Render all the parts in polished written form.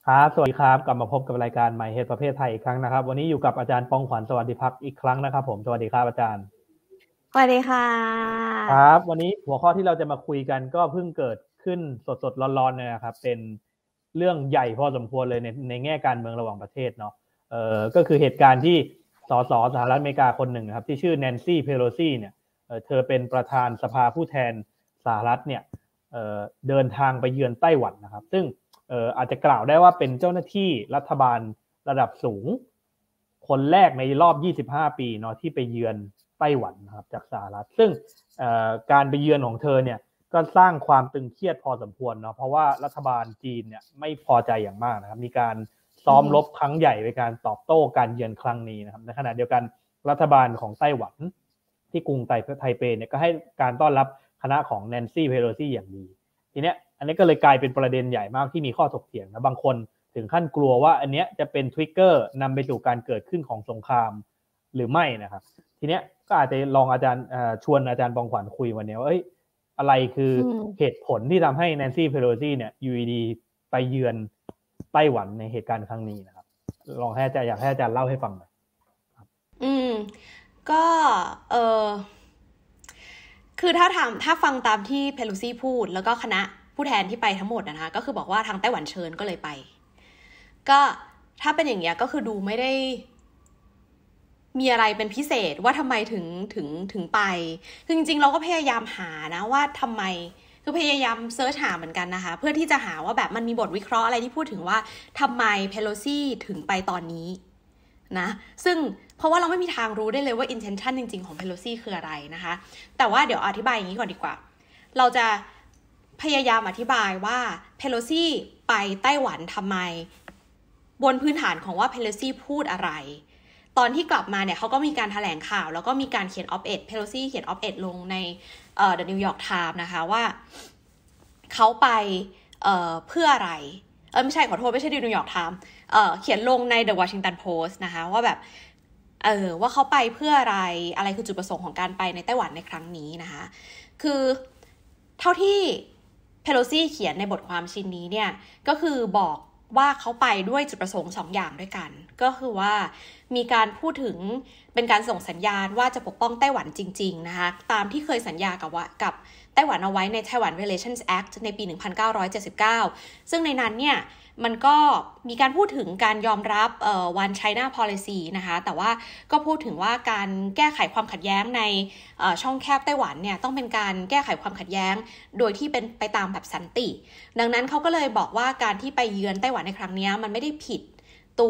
ครับสวัสดีครับกลับมาพบกับรายการหมายเหตุประเภทไทยอีกครั้งนะครับวันนี้อยู่กับอาจารย์ปองขวัญสวัสดิภักดิ์อีกครั้งนะครับผมสวัสดีครับอาจารย์สวัสดีค่ะครับวันนี้หัวข้อที่เราจะมาคุยกันก็เพิ่งเกิดขึ้นสดๆร้อนๆเลยนะครับเป็นเรื่องใหญ่พอสมควรเลยในแง่การเมืองระหว่างประเทศเนาะก็คือเหตุการณ์ที่สสสหรัฐอเมริกาคนหนึ่งครับที่ชื่อแนนซี่เพโลซีเนี่ยเธอเป็นประธานสภาผู้แทนสหรัฐเนี่ยเดินทางไปเยือนไต้หวันนะครับซึ่งอาจจะกล่าวได้ว่าเป็นเจ้าหน้าที่รัฐบาลระดับสูงคนแรกในรอบ25ปีเนาะที่ไปเยือนไต้หวันนะครับจากสหรัฐซึ่งการไปเยือนของเธอเนี่ยก็สร้างความตึงเครียดพอสมควรเนาะเพราะว่ารัฐบาลจีนเนี่ยไม่พอใจอย่างมากนะครับมีการซ้อมรบครั้งใหญ่ในการตอบโต้การเยือนครั้งนี้นะครับในขณะเดียวกันรัฐบาลของไต้หวันที่กรุงไทเปเนี่ยก็ให้การต้อนรับคณะของแนนซี่เพโลซีอย่างดีทีเนี้ยอันนี้ก็เลยกลายเป็นประเด็นใหญ่มากที่มีข้อถกเถียงนะบางคนถึงขั้นกลัวว่าอันเนี้ยจะเป็นทริกเกอร์นำไปสู่การเกิดขึ้นของสงครามหรือไม่นะครับทีเนี้ยก็อาจจะลองอาจารย์ชวนอาจารย์ปองขวัญคุยวันนี้ว่าอะไรคือเหตุผลที่ทำให้แนนซี่เพโลซีเนี่ยอยู่ดีไปเยือนไต้หวันในเหตุการณ์ครั้งนี้นะครับลองให้อาจารย์อยากให้อาจารย์เล่าให้ฟังหน่อยก็คือถ้าฟังตามที่เพโลซี่พูดแล้วก็คณะผู้แทนที่ไปทั้งหมดนะคะก็คือบอกว่าทางไต้หวันเชิญก็เลยไปก็ถ้าเป็นอย่างเงี้ยก็คือดูไม่ได้มีอะไรเป็นพิเศษว่าทำไมถึงไปคือจริงๆเราก็พยายามหานะว่าทำไมคือพยายามเซิร์ชหาเหมือนกันนะคะเพื่อที่จะหาว่าแบบมันมีบทวิเคราะห์อะไรที่พูดถึงว่าทำไมเพโลซี่ถึงไปตอนนี้นะซึ่งเพราะว่าเราไม่มีทางรู้ได้เลยว่า intention จริงๆของเพโลซี่คืออะไรนะคะแต่ว่าเดี๋ยวอธิบายอย่างนี้ก่อนดีกว่าเราจะพยายามอธิบายว่าเพโลซี่ไปไต้หวันทำไมบนพื้นฐานของว่าเพโลซี่พูดอะไรตอนที่กลับมาเนี่ยเขาก็มีการแถลงข่าวแล้วก็มีการเขียนออฟเอ็ดเพโลซี่เขียนออฟเอ็ดลงในThe New York Times นะคะว่าเขาไปเพื่ออะไรไม่ใช่ขอโทษไม่ใช่ The New York Times เขียนลงใน The Washington Post นะคะว่าแบบว่าเขาไปเพื่ออะไรคือจุดประสงค์ของการไปในไต้หวันในครั้งนี้นะคะคือเท่าที่เพโลซี่เขียนในบทความชิ้นนี้เนี่ยก็คือบอกว่าเขาไปด้วยจุดประสงค์2อย่างด้วยกันก็คือว่ามีการพูดถึงเป็นการส่งสัญญาณว่าจะปกป้องไต้หวันจริงๆนะคะตามที่เคยสัญญากับไต้หวันเอาไว้ใน Taiwan Relations Act ในปี 1979 ซึ่งในนั้นเนี่ยมันก็มีการพูดถึงการยอมรับOne China Policy นะคะแต่ว่าก็พูดถึงว่าการแก้ไขความขัดแย้งในช่องแคบไต้หวันเนี่ยต้องเป็นการแก้ไขความขัดแย้งโดยที่เป็นไปตามแบบสันติดังนั้นเขาก็เลยบอกว่าการที่ไปเยือนไต้หวันในครั้งนี้มันไม่ได้ผิดตัว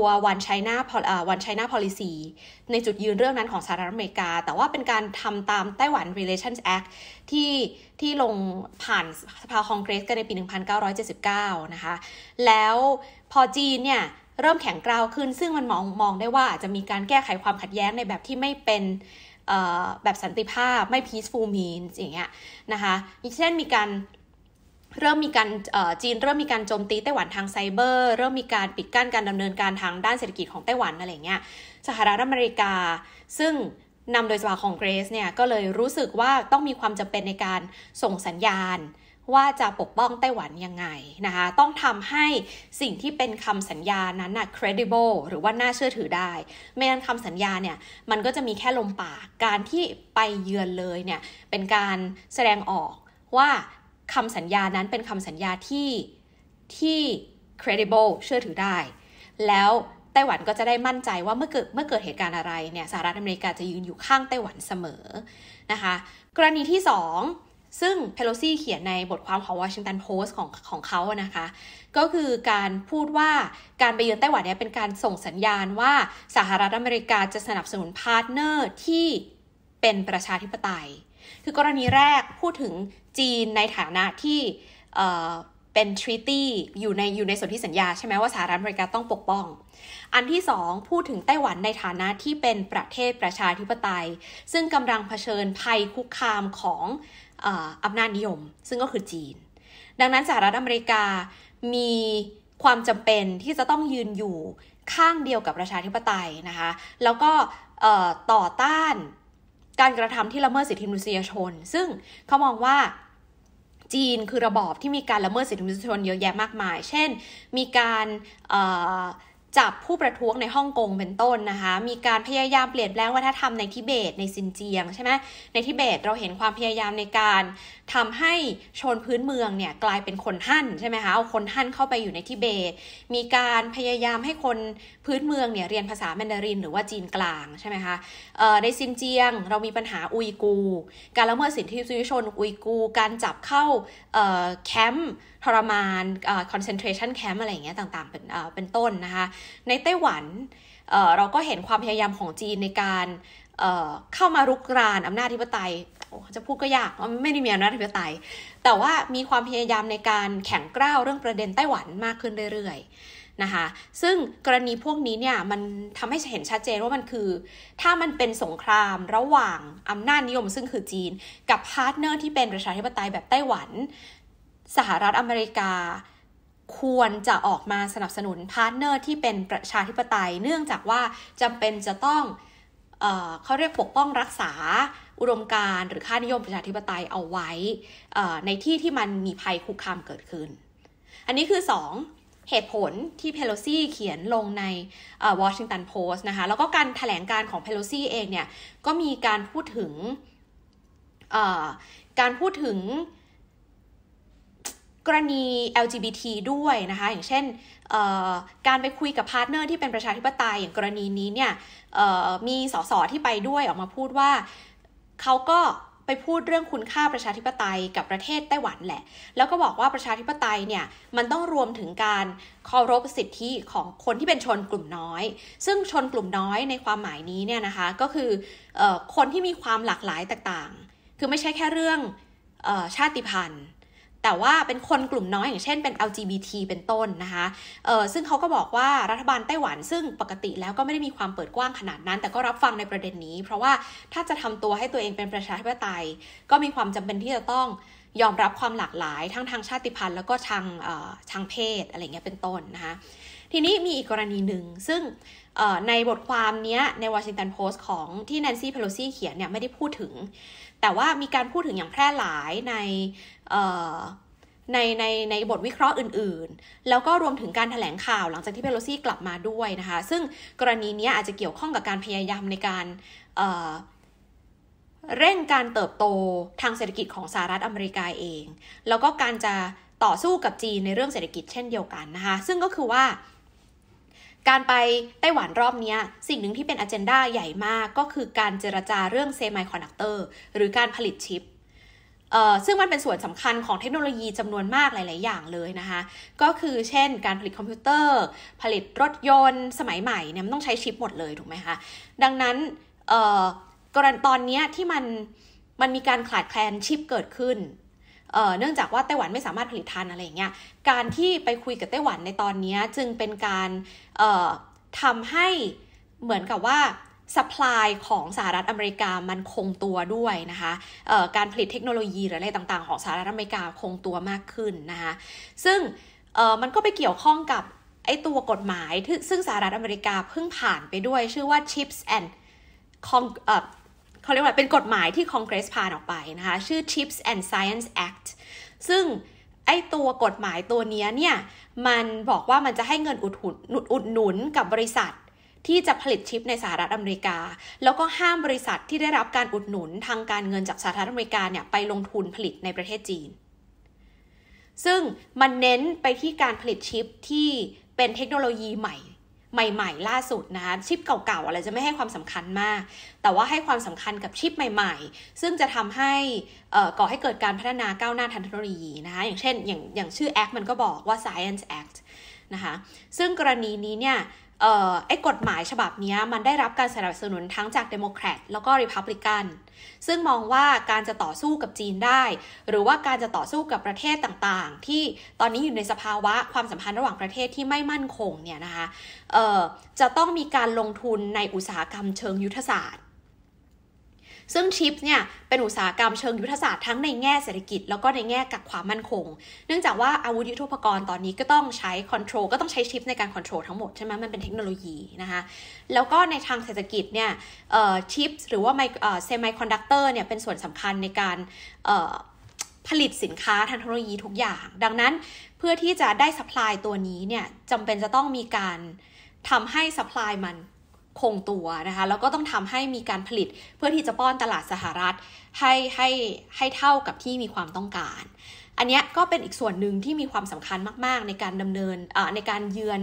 One China Policy ในจุดยืนเรื่องนั้นของสหรัฐอเมริกาแต่ว่าเป็นการทำตามไต้หวัน Relations Act ที่ลงผ่านสภาคองเกรสกันในปี 1979 นะคะแล้วพอจีนเนี่ยเริ่มแข็งกร้าวขึ้นซึ่งมันมองได้ว่าอาจจะมีการแก้ไขความขัดแย้งในแบบที่ไม่เป็นแบบสันติภาพไม่ peaceful means อย่างเงี้ยนะคะเช่นจีนเริ่มมีการโจมตีไต้หวันทางไซเบอร์เริ่มมีการปิดกั้นการดำเนินการทางด้านเศรษฐกิจของไต้หวันอะไรเงี้ยสหรัฐอเมริกาซึ่งนำโดยสภาคองเกรสเนี่ยก็เลยรู้สึกว่าต้องมีความจำเป็นในการส่งสัญญาณว่าจะปกป้องไต้หวันยังไงนะคะต้องทำให้สิ่งที่เป็นคำสัญญานั้นน่ะ credible หรือว่าน่าเชื่อถือได้ไม่งั้นคำสัญญาเนี่ยมันก็จะมีแค่ลมปากการที่ไปเยือนเลยเนี่ยเป็นการแสดงออกว่าคำสัญญานั้นเป็นคำสัญญาที่ credible เชื่อถือได้แล้วไต้หวันก็จะได้มั่นใจว่าเมื่อเกิดเหตุการณ์อะไรเนี่ยสหรัฐอเมริกาจะยืนอยู่ข้างไต้หวันเสมอนะคะกรณีที่2ซึ่งเพโลซี่เขียนในบทความของ Washington Post ของเขานะคะก็คือการพูดว่าการไปเยือนไต้หวันเนี่ยเป็นการส่งสัญญาณว่าสหรัฐอเมริกาจะสนับสนุนพาร์ทเนอร์ที่เป็นประชาธิปไตยคือกรณีแรกพูดถึงจีนในฐานะที่เป็น treaty อยู่ในสนธิสัญญาใช่ไหมว่าสหรัฐอเมริกาต้องปกป้องอันที่2พูดถึงไต้หวันในฐานะที่เป็นประเทศประชาธิปไตยซึ่งกำลังเผชิญภัยคุกคามของอำนาจนิยมซึ่งก็คือจีนดังนั้นสหรัฐอเมริกามีความจำเป็นที่จะต้องยืนอยู่ข้างเดียวกับประชาธิปไตยนะคะแล้วก็ต่อต้านการกระทำที่ละเมิดสิทธิมนุษยชนซึ่งเขามองว่าจีนคือระบอบที่มีการละเมิดสิทธิมนุษยชนเยอะแยะมากมายเช่นมีการจับผู้ประท้วงในฮ่องกงเป็นต้นนะคะมีการพยายามเปลี่ยนแปลงวัฒนธรรมในทิเบตในซินเจียงใช่ไหมในทิเบตเราเห็นความพยายามในการทำให้ชนพื้นเมืองเนี่ยกลายเป็นคนฮั่นใช่ไหมคะเอาคนฮั่นเข้าไปอยู่ในทิเบตมีการพยายามให้คนพื้นเมืองเนี่ยเรียนภาษาแมนดารินหรือว่าจีนกลางใช่ไหมคะในซินเจียงเรามีปัญหาอุยกูร์การละเมิดสิทธิมนุษยชนอุยกูร์การจับเข้าแคมป์ทรมานconcentration camp อะไรอย่างเงี้ยต่างๆเป็นต้นนะคะในไต้หวันเราก็เห็นความพยายามของจีนในการเข้ามารุกรานอำนาจอธิปไตยจะพูดก็ยากไม่ได้มีอำนาจอธิปไตยแต่ว่ามีความพยายามในการแข่งกร้าวเรื่องประเด็นไต้หวันมากขึ้นเรื่อยๆนะคะซึ่งกรณีพวกนี้เนี่ยมันทำให้เห็นชัดเจนว่ามันคือถ้ามันเป็นสงครามระหว่างอำนาจนิยมซึ่งคือจีนกับพาร์ทเนอร์ที่เป็นประชาธิปไตยแบบไต้หวันสหรัฐอเมริกาควรจะออกมาสนับสนุนพาร์ทเนอร์ที่เป็นประชาธิปไตยเนื่องจากว่าจำเป็นจะต้องเขาเรียกปกป้องรักษาอุดมการณ์หรือค่านิยมประชาธิปไตยเอาไว้ในที่ที่มันมีภัยคุกคามเกิดขึ้นอันนี้คือ2เหตุผลที่เพโลซี่เขียนลงในWashington Post นะคะแล้วก็การแถลงการของเพโลซี่เองเนี่ยก็มีการพูดถึงกรณี LGBT ด้วยนะคะอย่างเช่นการไปคุยกับพาร์ทเนอร์ที่เป็นประชาธิปไตยอย่างกรณีนี้เนี่ยมีสสที่ไปด้วยออกมาพูดว่าเขาก็ไปพูดเรื่องคุณค่าประชาธิปไตยกับประเทศไต้หวันแหละแล้วก็บอกว่าประชาธิปไตยเนี่ยมันต้องรวมถึงการเคารพสิทธิของคนที่เป็นชนกลุ่มน้อยซึ่งชนกลุ่มน้อยในความหมายนี้เนี่ยนะคะก็คือคนที่มีความหลากหลายต่างๆคือไม่ใช่แค่เรื่องชาติพันธุ์แต่ว่าเป็นคนกลุ่มน้อยอย่างเช่นเป็น LGBT เป็นต้นนะคะซึ่งเขาก็บอกว่ารัฐบาลไต้หวันซึ่งปกติแล้วก็ไม่ได้มีความเปิดกว้างขนาดนั้นแต่ก็รับฟังในประเด็นนี้เพราะว่าถ้าจะทำตัวให้ตัวเองเป็นประชาธิปไตยก็มีความจำเป็นที่จะต้องยอมรับความหลากหลายทั้งทางชาติพันธุ์แล้วก็ทางเพศอะไรเงี้ยเป็นต้นนะคะทีนี้มีอีกกรณีหนึ่งซึ่งในบทความนี้ใน Washington Post ของที่แนนซี่ เพโลซี่เขียนเนี่ยไม่ได้พูดถึงแต่ว่ามีการพูดถึงอย่างแพร่หลายในบทวิเคราะห์อื่นๆแล้วก็รวมถึงการแถลงข่าวหลังจากที่เพโลซี่กลับมาด้วยนะคะซึ่งกรณีนี้อาจจะเกี่ยวข้องกับการพยายามในการเร่งการเติบโตทางเศรษฐกิจของสหรัฐอเมริกาเองแล้วก็การจะต่อสู้กับจีนในเรื่องเศรษฐกิจเช่นเดียวกันนะคะซึ่งก็คือว่าการไปไต้หวันรอบนี้สิ่งหนึ่งที่เป็นอเจนดาใหญ่มากก็คือการเจรจาเรื่องเซมิคอนดักเตอร์หรือการผลิตชิปซึ่งมันเป็นส่วนสำคัญของเทคโนโลยีจำนวนมากหลายๆอย่างเลยนะคะก็คือเช่นการผลิตคอมพิวเตอร์ผลิตรถยนต์สมัยใหม่เนี่ยมันต้องใช้ชิปหมดเลยถูกไหมคะดังนั้นกรณีตอนนี้ที่มันมีการขาดแคลนชิปเกิดขึ้นเนื่องจากว่าไต้หวันไม่สามารถผลิตทันอะไรอย่างเงี้ยการที่ไปคุยกับไต้หวันในตอนนี้จึงเป็นการทำให้เหมือนกับว่าsupply ของสหรัฐอเมริกามันคงตัวด้วยนะคะการผลิตเทคโนโลยีหรืออะไรต่างๆของสหรัฐอเมริกาคงตัวมากขึ้นนะคะซึ่งมันก็ไปเกี่ยวข้องกับไอ้ตัวกฎหมายซึ่งสหรัฐอเมริกาเพิ่งผ่านไปด้วยชื่อว่า Chips and เขาเรียกว่าเป็นกฎหมายที่คอนเกรสผ่านออกไปนะคะชื่อ Chips and Science Act ซึ่งไอ้ตัวกฎหมายตัวนี้เนี่ยมันบอกว่ามันจะให้เงินอุดหนุนกับบริษัทที่จะผลิตชิปในสหรัฐอเมริกาแล้วก็ห้ามบริษัทที่ได้รับการอุดหนุนทางการเงินจากสหรัฐอเมริกาเนี่ยไปลงทุนผลิตในประเทศจีนซึ่งมันเน้นไปที่การผลิตชิปที่เป็นเทคโนโลยีใหม่ล่าสุดนะคะชิปเก่าๆอะไรจะไม่ให้ความสำคัญมากแต่ว่าให้ความสำคัญกับชิปใหม่ๆซึ่งจะทำให้ก่อให้เกิดการพัฒนาก้าวหน้าทางเทคโนโลยีนะคะอย่างเช่นอย่างชื่อ Act มันก็บอกว่า Science Act นะคะซึ่งกรณีนี้เนี่ยไอ้กฎหมายฉบับนี้มันได้รับการสนับสนุนทั้งจากเดโมแครตแล้วก็ริพับลิกันซึ่งมองว่าการจะต่อสู้กับจีนได้หรือว่าการจะต่อสู้กับประเทศต่างๆที่ตอนนี้อยู่ในสภาวะความสัมพันธ์ระหว่างประเทศที่ไม่มั่นคงเนี่ยนะคะจะต้องมีการลงทุนในอุตสาหกรรมเชิงยุทธศาสตร์ซึ่งชิปเนี่ยเป็นอุตสาหกรรมเชิงยุทธศาสตร์ทั้งในแง่เศรษฐกิจแล้วก็ในแง่กับความมั่นคงเนื่องจากว่าอาวุธยุทโธปกรณ์ตอนนี้ก็ต้องใช้คอนโทรลก็ต้องใช้ชิปในการคอนโทรลทั้งหมดใช่ไหมมันเป็นเทคโนโลยีนะคะแล้วก็ในทางเศรษฐกิจเนี่ยชิปหรือว่าเซมิคอนดักเตอร์เนี่ยเป็นส่วนสำคัญในการผผลิตสินค้าทางเทคโนโลยีทุกอย่างดังนั้นเพื่อที่จะได้ซัพพลายตัวนี้เนี่ยจำเป็นจะต้องมีการทำให้ซัพพลายมันคงตัวนะคะแล้วก็ต้องทำให้มีการผลิตเพื่อที่จะป้อนตลาดสหรัฐให้เท่ากับที่มีความต้องการอันนี้ก็เป็นอีกส่วนหนึ่งที่มีความสำคัญมากๆในการดำเนินในการเยื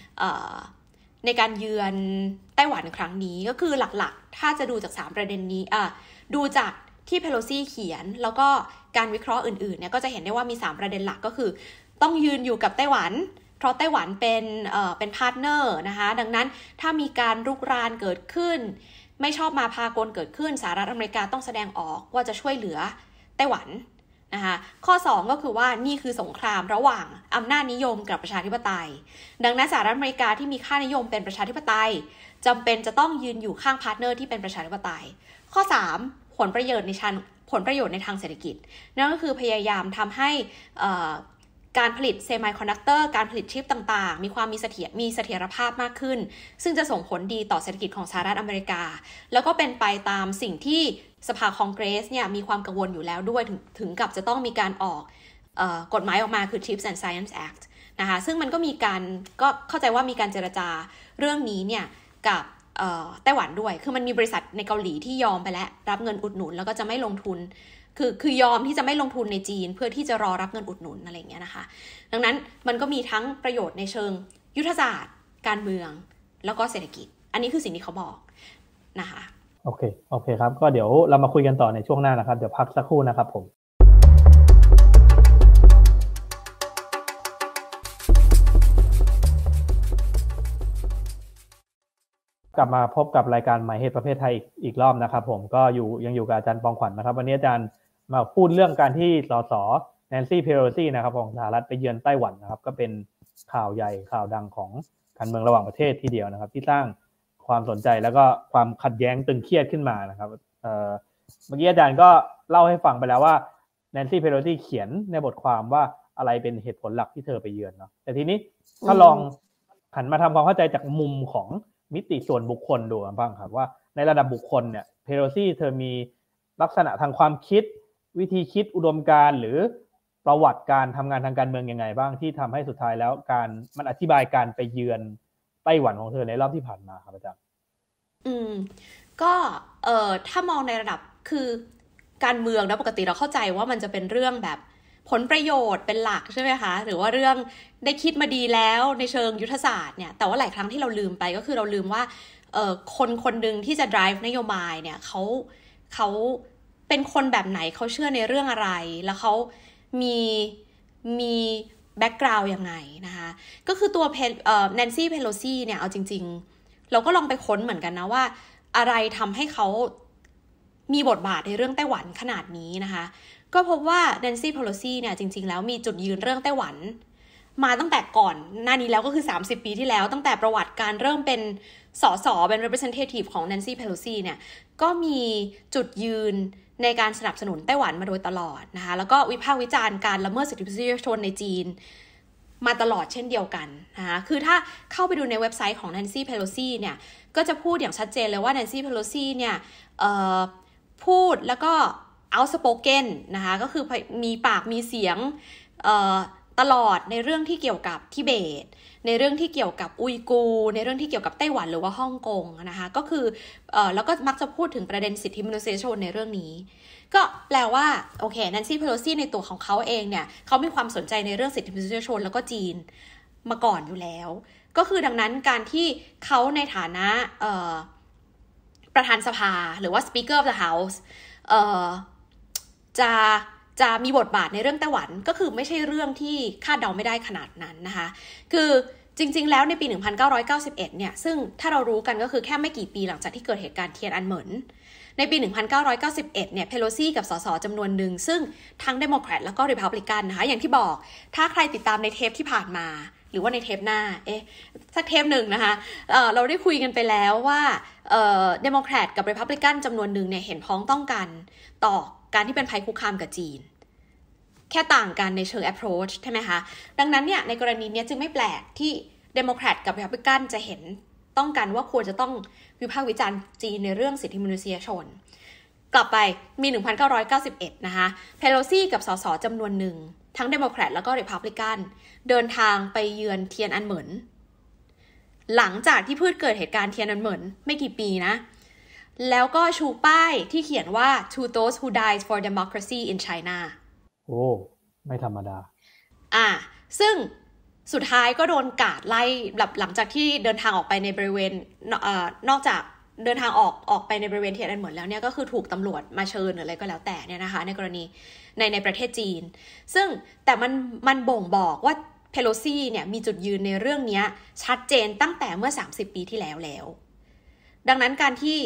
อนไต้หวันครั้งนี้ก็คือหลักๆถ้าจะดูจาก3ประเด็นนี้ดูจากที่เพโลซี่เขียนแล้วก็การวิเคราะห์อื่นๆเนี่ยก็จะเห็นได้ว่ามี3ประเด็นหลักก็คือต้องยืนอยู่กับไต้หวันเพราะไต้หวันเป็นพาร์ทเนอร์นะคะดังนั้นถ้ามีการรุกรานเกิดขึ้นไม่ชอบมาพากลเกิดขึ้นสหรัฐอเมริกาต้องแสดงออกว่าจะช่วยเหลือไต้หวันนะคะข้อ2ก็คือว่านี่คือสงครามระหว่างอำนาจนิยมกับประชาธิปไตยดังนั้นสหรัฐอเมริกาที่มีค่านิยมเป็นประชาธิปไตยจำเป็นจะต้องยืนอยู่ข้างพาร์ทเนอร์ที่เป็นประชาธิปไตยข้อ3ผลประโยชน์ในทางเศรษฐกิจนั่นก็คือพยายามทำให้การผลิตเซมิคอนดักเตอร์การผลิตชิปต่างๆมีความมีเสถียรภาพมากขึ้นซึ่งจะส่งผลดีต่อเศรษฐกิจของสหรัฐอเมริกาแล้วก็เป็นไปตามสิ่งที่สภาคองเกรสเนี่ยมีความกังวลอยู่แล้วด้วยถึงกับจะต้องมีการออกกฎหมายออกมาคือ Chips and Science Act นะคะซึ่งมันก็มีการก็เข้าใจว่ามีการเจรจาเรื่องนี้เนี่ยกับไต้หวันด้วยคือมันมีบริษัทในเกาหลีที่ยอมไปแล้วรับเงินอุดหนุนแล้วก็จะไม่ลงทุนคือยอมที่จะไม่ลงทุนในจีนเพื่อที่จะรอรับเงินอุดหนุนอะไรอย่างเงี้ยนะคะดังนั้นมันก็มีทั้งประโยชน์ในเชิงยุทธศาสตร์การเมืองแล้วก็เศรษฐกิจอันนี้คือสิ่งที่เขาบอกนะคะโอเคครับก็เดี๋ยวเรามาคุยกันต่อในช่วงหน้านะครับเดี๋ยวพักสักครู่นะครับผมกลับมาพบกับรายการหมายเหตุประเภทไทยอีกรอบนะครับผมก็ยังอยู่กับอาจารย์ปองขวัญนะครับวันนี้อาจารย์มาพูดเรื่องการที่สสแนนซี่เพโลซี่นะครับของสหรัฐไปเยือนไต้หวันนะครับก็เป็นข่าวใหญ่ข่าวดังของการเมืองระหว่างประเทศทีเดียวนะครับที่สร้างความสนใจแล้วก็ความขัดแย้งตึงเครียดขึ้นมานะครับเมื่อกี้อาจารย์ก็เล่าให้ฟังไปแล้วว่าแนนซี่เพโลซี่เขียนในบทความว่าอะไรเป็นเหตุผลหลักที่เธอไปเยือนเนาะแต่ทีนี้ถ้าลองหันมาทำความเข้าใจจากมุมของมิติส่วนบุคคลดูบ้างครับว่าในระดับบุคคลเนี่ยเพโลซี่เธอมีลักษณะทางความคิดวิธีคิดอุดมการณ์หรือประวัติการทำงานทางการเมืองยังไงบ้างที่ทำให้สุดท้ายแล้วมันอธิบายการไปเยือนไต้หวันของเธอในรอบที่ผ่านมาครับอาจารย์ก็ถ้ามองในระดับคือการเมืองนะปกติเราเข้าใจว่ามันจะเป็นเรื่องแบบผลประโยชน์เป็นหลักใช่ไหมคะหรือว่าเรื่องได้คิดมาดีแล้วในเชิงยุทธศาสตร์เนี่ยแต่ว่าหลายครั้งที่เราลืมไปก็คือเราลืมว่าคนหนึ่งที่จะ drive นโยบายเนี่ยเขาเป็นคนแบบไหนเขาเชื่อในเรื่องอะไรแล้วเขามีแบ็กกราวด์ยังไงนะคะก็คือตัวแนนซี่เพโลซี่เนี่ยเอาจริงๆเราก็ลองไปค้นเหมือนกันนะว่าอะไรทำให้เขามีบทบาทในเรื่องไต้หวันขนาดนี้นะคะก็พบว่าแนนซี่เพโลซี่เนี่ยจริงๆแล้วมีจุดยืนเรื่องไต้หวันมาตั้งแต่ก่อนหน้านี้แล้วก็คือ30ปีที่แล้วตั้งแต่ประวัติการเริ่มเป็นสสเป็น representative ของแนนซี่เพโลซี่เนี่ยก็มีจุดยืนในการสนับสนุนไต้หวันมาโดยตลอดนะคะแล้วก็วิพากษ์วิจารณ์การละเมิดสิทธิมนุษยชนในจีนมาตลอดเช่นเดียวกันนะคะคือถ้าเข้าไปดูในเว็บไซต์ของแนนซี่เพโลซี่เนี่ยก็จะพูดอย่างชัดเจนเลยว่าแนนซี่เพโลซี่เนี่ยพูดแล้วก็outspoken นะคะก็คือมีปากมีเสียงตลอดในเรื่องที่เกี่ยวกับทิเบตในเรื่องที่เกี่ยวกับอุยกูร์ในเรื่องที่เกี่ยวกับไต้หวันหรือว่าฮ่องกงนะคะก็คือแล้วก็มักจะพูดถึงประเด็นสิทธิมนุษยชนในเรื่องนี้ก็แปลว่าโอเคแนนซี่เพโลซี่ในตัวของเขาเองเนี่ยเขามีความสนใจในเรื่องสิทธิมนุษยชนแล้วก็จีนมาก่อนอยู่แล้วก็คือดังนั้นการที่เขาในฐานะประธานสภาหรือว่า Speaker of the Houseจะมีบทบาทในเรื่องไต้หวันก็คือไม่ใช่เรื่องที่คาดเดาไม่ได้ขนาดนั้นนะคะคือจริงๆแล้วในปี 1991 เนี่ยซึ่งถ้าเรารู้กันก็คือแค่ไม่กี่ปีหลังจากที่เกิดเหตุการณ์เทียนอันเหมินในปี 1991 เนี่ยเพโลซี่กับสสจำนวนหนึ่งซึ่งทั้งเดโมแครตแล้วก็รีพับลิกันนะคะอย่างที่บอกถ้าใครติดตามในเทปที่ผ่านมาหรือว่าในเทปหน้าสักเทปหนึ่งนะคะเราได้คุยกันไปแล้วว่าเดโมแครตกับรีพับลิกันจำนวนหนึ่งเนี่ยเห็นพ้องต้องกันต่อการที่เป็นภัยคุกคามกับจีนแค่ต่างกันในเชิง approach ใช่ไหมคะดังนั้นเนี่ยในกรณีนี้จึงไม่แปลกที่เดโมแครตกับรีพับลิกันจะเห็นต้องกันว่าควรจะต้องวิพากษ์วิจารณ์จีนในเรื่องสิทธิมนุษยชนกลับไปมี 1991 นะคะเพโลซี่กับสสจำนวนหนึ่งทั้งเดโมแครตแล้วก็ริพับลิกันเดินทางไปเยือนเทียนอันเหมินหลังจากที่เกิดเหตุการณ์เทียนอันเหมินไม่กี่ปีนะแล้วก็ชูป้ายที่เขียนว่า to those who died for democracy in China โอ้ไม่ธรรมดาซึ่งสุดท้ายก็โดนกาดไล่หลังจากที่เดินทางออกไปในบริเวณนอกจากเดินทางออกไปในบริเวณเทียนอันเหมินแล้วเนี่ยก็คือถูกตำรวจมาเชิญหรืออะไรก็แล้วแต่เนี่ยนะคะในกรณีในประเทศจีนซึ่งแต่มันบ่งบอกว่าเพโลซี่เนี่ยมีจุดยืนในเรื่องนี้ชัดเจนตั้งแต่เมื่อ30 ปีที่แล้วดังนั้นการที่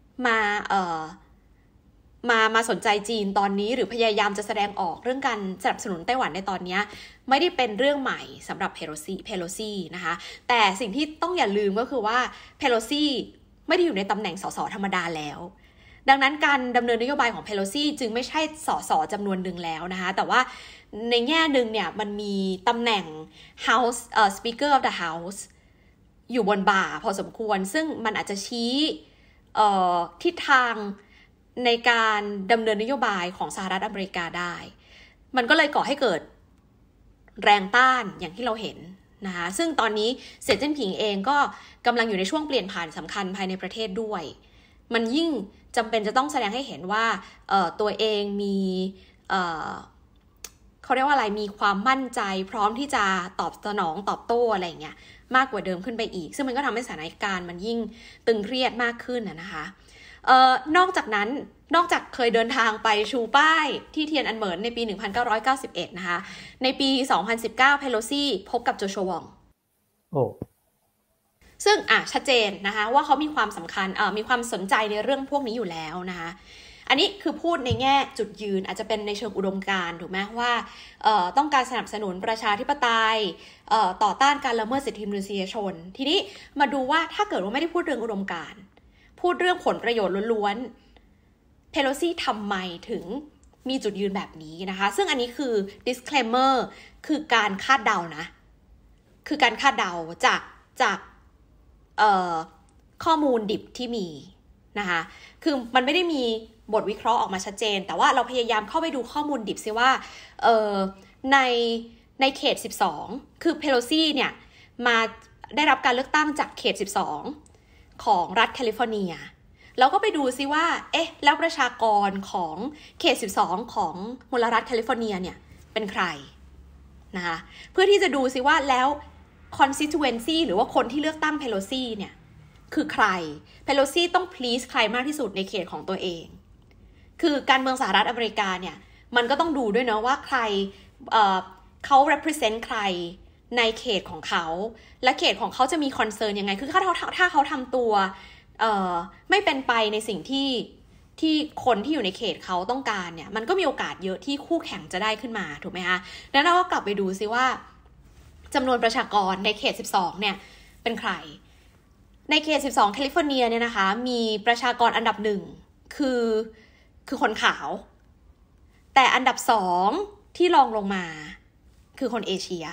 มาสนใจจีนตอนนี้หรือพยายามจะแสดงออกเรื่องการสนับสนุนไต้หวันในตอนนี้ไม่ได้เป็นเรื่องใหม่สำหรับเพโลซี่นะคะแต่สิ่งที่ต้องอย่าลืมก็คือว่าเพโลซี่ไม่ได้อยู่ในตำแหน่งสสธรรมดาแล้วดังนั้นการดำเนินนโยบายของเพโลซี่จึงไม่ใช่สสจำนวนหนึ่งแล้วนะคะแต่ว่าในแง่หนึ่งเนี่ยมันมีตำแหน่ง House Speaker of the House อยู่บนบ่าพอสมควรซึ่งมันอาจจะชี้ทิศทางในการดำเนินนโยบายของสหรัฐอเมริกาได้มันก็เลยก่อให้เกิดแรงต้านอย่างที่เราเห็นนะคะซึ่งตอนนี้เสี่ยจิ้นผิงเองก็กำลังอยู่ในช่วงเปลี่ยนผ่านสำคัญภายในประเทศด้วยมันยิ่งจำเป็นจะต้องแสดงให้เห็นว่าตัวเองมีเขาเรียกว่าอะไรมีความมั่นใจพร้อมที่จะตอบสนองตอบโต้อะไรอย่างเงี้ยมากกว่าเดิมขึ้นไปอีกซึ่งมันก็ทำให้สถานการณ์มันยิ่งตึงเครียดมากขึ้นนะคะนอกจากเคยเดินทางไปชูป้ายที่เทียนอันเหมินในปี 1991 นะคะในปี 2019 เพโลซี่พบกับโจชัว วองซึ่งชัดเจนนะคะว่าเขามีความสำคัญมีความสนใจในเรื่องพวกนี้อยู่แล้วนะคะอันนี้คือพูดในแง่จุดยืนอาจจะเป็นในเชิงอุดมการณ์ถูกไหมว่าต้องการสนับสนุนประชาธิปไตยต่อต้านการละเมิดสิทธิมนุษยชนทีนี้มาดูว่าถ้าเกิดว่าไม่ได้พูดเรื่องอุดมการณ์พูดเรื่องผลประโยชน์ล้วนๆเพโลซี่ทำไมถึงมีจุดยืนแบบนี้นะคะซึ่งอันนี้คือ disclaimer คือการคาดเดานะคือการคาดเดาจากข้อมูลดิบที่มีนะคะคือมันไม่ได้มีบทวิเคราะห์ออกมาชัดเจนแต่ว่าเราพยายามเข้าไปดูข้อมูลดิบซิว่าในเขต12คือเพโลซี่เนี่ยมาได้รับการเลือกตั้งจากเขต12ของรัฐแคลิฟอร์เนียแล้วก็ไปดูซิว่าแล้วประชากรของเขต12ของมลรัฐแคลิฟอร์เนียเนี่ยเป็นใครนะคะเพื่อที่จะดูซิว่าแล้ว constituency หรือว่าคนที่เลือกตั้งเพโลซี่เนี่ยคือใครเพโลซี่ต้อง please ใครมากที่สุดในเขตของตัวเองคือการเมืองสหรัฐอเมริกาเนี่ยมันก็ต้องดูด้วยเนาะว่าใครเขา represent ใครในเขตของเขาและเขตของเขาจะมี concern ยังไงคือถ้าเขาทำตัวไม่เป็นไปในสิ่งที่คนที่อยู่ในเขตเขาต้องการเนี่ยมันก็มีโอกาสเยอะที่คู่แข่งจะได้ขึ้นมาถูกไหมคะแล้วเราก็กลับไปดูซิว่าจำนวนประชากรในเขต12เนี่ยเป็นใครในเขต12แคลิฟอร์เนียเนี่ยนะคะมีประชากรอันดับ1คือคนขาวแต่อันดับ2ที่รองลงมาคือคนเอเชีย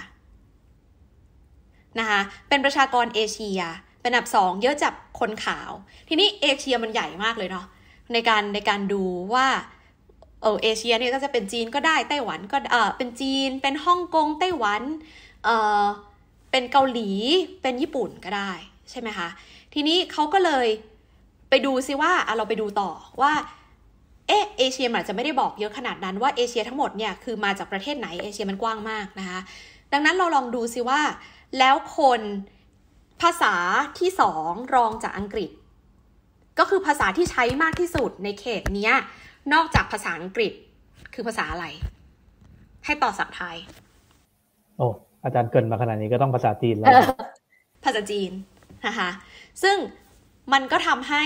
นะคะเป็นประชากรเอเชียเป็นอันดับ2เยอะจากคนขาวทีนี้เอเชียมันใหญ่มากเลยเนาะในการดูว่าเอเชียเนี่ยก็จะเป็นจีนก็ได้ไต้หวันก็เป็นจีนเป็นฮ่องกงไต้หวันเป็นเกาหลีเป็นญี่ปุ่นก็ได้ใช่ไหมคะทีนี้เขาก็เลยไปดูซิว่าเราไปดูต่อว่าเอเชียมันอาจจะไม่ได้บอกเยอะขนาดนั้นว่าเอเชียทั้งหมดเนี่ยคือมาจากประเทศไหนเอเชียมันกว้างมากนะคะดังนั้นเราลองดูซิว่าแล้วคนภาษาที่2รองจากอังกฤษก็คือภาษาที่ใช้มากที่สุดในเขตนี้นอกจากภาษาอังกฤษคือภาษาอะไรให้ต่อสับไทยอาจารย์เกินมาขนาดนี้ก็ต้องภาษาจีนแล้วภาษาจีนนะคะซึ่งมันก็ทำให้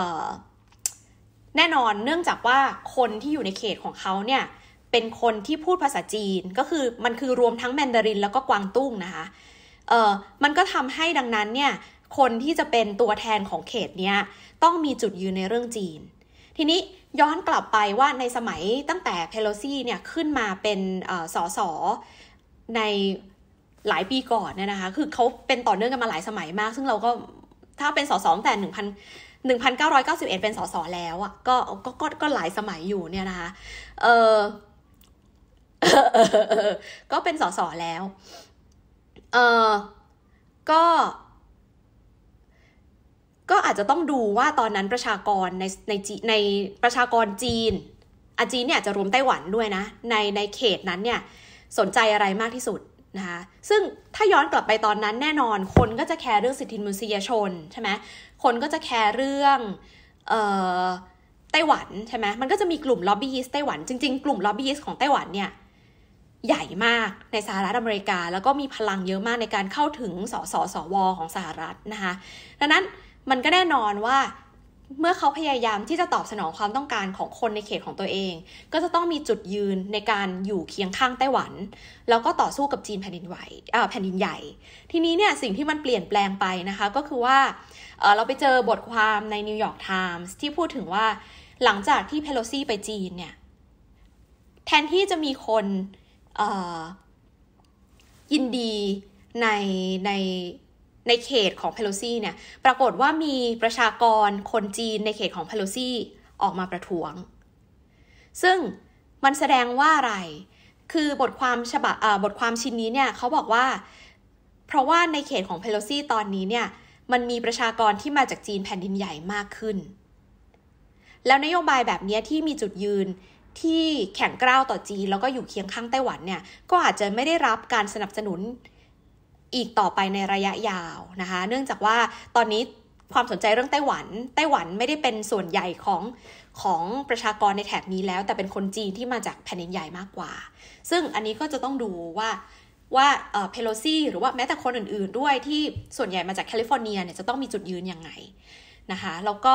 แน่นอนเนื่องจากว่าคนที่อยู่ในเขตของเขาเนี่ยเป็นคนที่พูดภาษาจีนก็คือมันคือรวมทั้งแมนดารินแล้วก็กวางตุ้งนะคะมันก็ทำให้ดังนั้นเนี่ยคนที่จะเป็นตัวแทนของเขตเนี้ยต้องมีจุดยืนในเรื่องจีนทีนี้ย้อนกลับไปว่าในสมัยตั้งแต่เพโลซี่เนี่ยขึ้นมาเป็นสสในหลายปีก่อนเนี่ยนะคะคือเขาเป็นต่อเนื่องกันมาหลายสมัยมากซึ่งเราก็ถ้าเป็นสสตั้งแต่ 1991เป็นสสแล้วอ่ะก็หลายสมัยอยู่เนี่ยนะคะก็เป็นสสแล้วก็อาจจะต้องดูว่าตอนนั้นประชากรในประชากรจีนจีนเนี่ยจะรวมไต้หวันด้วยนะในเขตนั้นเนี่ยสนใจอะไรมากที่สุดนะคะซึ่งถ้าย้อนกลับไปตอนนั้นแน่นอนคนก็จะแคร์เรื่องสิทธิมนุษยชนใช่ไหมคนก็จะแคร์เรื่องไต้หวันใช่ไหมมันก็จะมีกลุ่มล็อบบี้ยิสต์ไต้หวันจริงๆกลุ่มล็อบบี้ยิสต์ของไต้หวันเนี่ยใหญ่มากในสหรัฐอเมริกาแล้วก็มีพลังเยอะมากในการเข้าถึงสวของสหรัฐนะคะดังนั้นมันก็แน่นอนว่าเมื่อเขาพยายามที่จะตอบสนองความต้องการของคนในเขตของตัวเองก็จะต้องมีจุดยืนในการอยู่เคียงข้างไต้หวันแล้วก็ต่อสู้กับจีนแผ่นดินใหญ่ทีนี้เนี่ยสิ่งที่มันเปลี่ยนแปลงไปนะคะก็คือว่าเราไปเจอบทความในนิวยอร์กไทมส์ที่พูดถึงว่าหลังจากที่เพโลซี่ไปจีนเนี่ยแทนที่จะมีคนยินดีในเขตของเพโลซี่เนี่ยปรากฏว่ามีประชากรคนจีนในเขตของเพโลซี่ออกมาประท้วงซึ่งมันแสดงว่าอะไรคือบทความชิ้นนี้เนี่ยเขาบอกว่าเพราะว่าในเขตของเพโลซี่ตอนนี้เนี่ยมันมีประชากรที่มาจากจีนแผ่นดินใหญ่มากขึ้นแล้วนโยบายแบบนี้ที่มีจุดยืนที่แข็งกร้าวต่อจีนแล้วก็อยู่เคียงข้างไต้หวันเนี่ยก็อาจจะไม่ได้รับการสนับสนุนอีกต่อไปในระยะยาวนะคะเนื่องจากว่าตอนนี้ความสนใจเรื่องไต้หวันไม่ได้เป็นส่วนใหญ่ของประชากรในแถบนี้แล้วแต่เป็นคนจีนที่มาจากแผ่นดินใหญ่มากกว่าซึ่งอันนี้ก็จะต้องดูว่าเพโลซี่หรือว่าแม้แต่คนอื่นๆด้วยที่ส่วนใหญ่มาจากแคลิฟอร์เนียเนี่ยจะต้องมีจุดยืนยังไงนะคะแล้วก็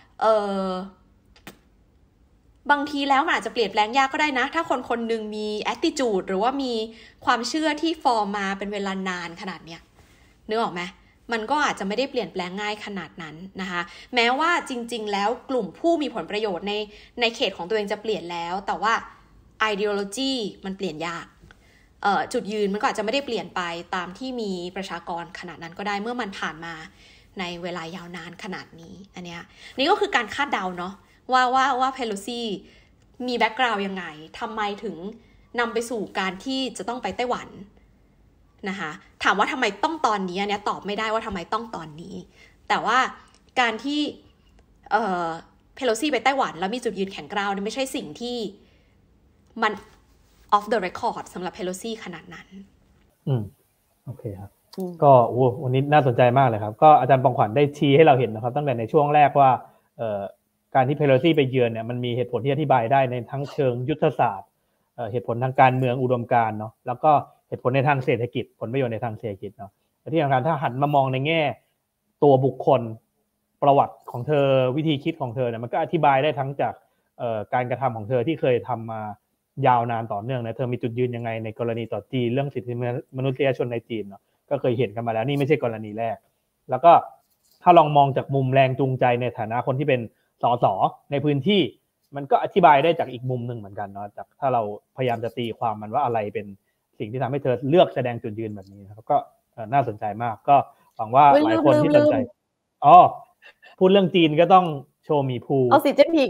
บางทีแล้วมันอาจจะเปลี่ยนแปลงยากก็ได้นะถ้าคนหนึ่งมี attitude หรือว่ามีความเชื่อที่ฟอร์มมาเป็นเวลานานขนาดเนี้ยนึกออกไหมมันก็อาจจะไม่ได้เปลี่ยนแปลงง่ายขนาดนั้นนะคะแม้ว่าจริงๆแล้วกลุ่มผู้มีผลประโยชน์ในเขตของตัวเองจะเปลี่ยนแล้วแต่ว่า ideology มันเปลี่ยนยากจุดยืนมันก็อาจจะไม่ได้เปลี่ยนไปตามที่มีประชากรขนาดนั้นก็ได้เมื่อมันผ่านมาในเวลายาวนานขนาดนี้อันเนี้ยนี่ก็คือการคาดเดาเนาะว่าเพโลซี่มีแบ็กกราวด์ยังไงทำไมถึงนำไปสู่การที่จะต้องไปไต้หวันนะคะถามว่าทำไมต้องตอนนี้เนี่ยตอบไม่ได้ว่าทำไมต้องตอนนี้แต่ว่าการที่เพโลซี่ไปไต้หวันแล้วมีจุดยืนแข็งกร้าวเนี่ยไม่ใช่สิ่งที่มัน off the record สำหรับเพโลซี่ขนาดนั้นโอเคครับก็วันนี้น่าสนใจมากเลยครับก็อาจารย์ปองขวัญได้ชี้ให้เราเห็นนะครับตั้งแต่ในช่วงแรกว่าการที่เพโลซี่ไปเยือนเนี่ยมันมีเหตุผลที่อธิบายได้ในทั้งเชิงยุทธศาสตร์เหตุผลทางการเมืองอุดมการณ์เนาะแล้วก็เหตุผลในทางเศรษฐกิจผลประโยชน์ในทางเศรษฐกิจเนาะและที่สำคัญถ้าหันมามองในแง่ตัวบุคคลประวัติของเธอวิธีคิดของเธอเนี่ยมันก็อธิบายได้ทั้งจากการกระทำของเธอที่เคยทำมายาวนานต่อเนื่องนะเธอมีจุดยืนยังไงในกรณีต่อจีนเรื่องสิทธิมนุษยชนในจีนเนาะก็เคยเห็นกันมาแล้วนี่ไม่ใช่กรณีแรกแล้วก็ถ้าลองมองจากมุมแรงจูงใจในฐานะคนที่เป็นสสในพื้นที่มันก็อธิบายได้จากอีกมุมหนึ่งเหมือนกันเนาะจากถ้าเราพยายามจะตีความมันว่าอะไรเป็นสิ่งที่ทำให้เธอเลือกแสดงจุดยืนแบบนี้นะครับก็น่าสนใจมากก็หวังว่าหลายคนที่สนใจพูดเรื่องจีนก็ต้องโชว์มีภูเอาสิเจ๊ผิง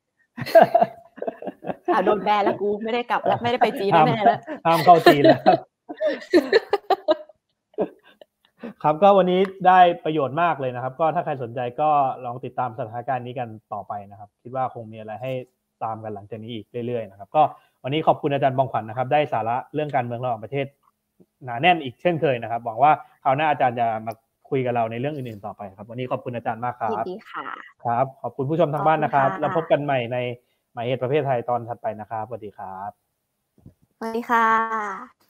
โดนแบนแล้วกูไม่ได้กลับแล้วไม่ได้ไปจีนแน่แล้วห้ามเข้าจีนแล้วครับก็วันนี้ได้ประโยชน์มากเลยนะครับก็ถ้าใครสนใจก็ลองติดตามสถานการณ์นี้กันต่อไปนะครับคิดว่าคงมีอะไรให้ตามกันหลังจากนี้อีกเรื่อยๆนะครับก็วันนี้ขอบคุณอาจารย์ปองขวัญนะครับได้สาระเรื่องการเมืองระหว่างประเทศหนาแน่นอีกเช่นเคยนะครับหวังว่าคราวหน้าอาจารย์จะมาคุยกับเราในเรื่องอื่นๆต่อไปครับวันนี้ขอบคุณอาจารย์มากครับยินดีค่ะครับขอบคุณผู้ชมทางบ้านนะครับแล้วพบกันใหม่ในหมายเหตุประเภทไทยตอนถัดไปนะครับสวัสดีครับสวัสดีค่ะ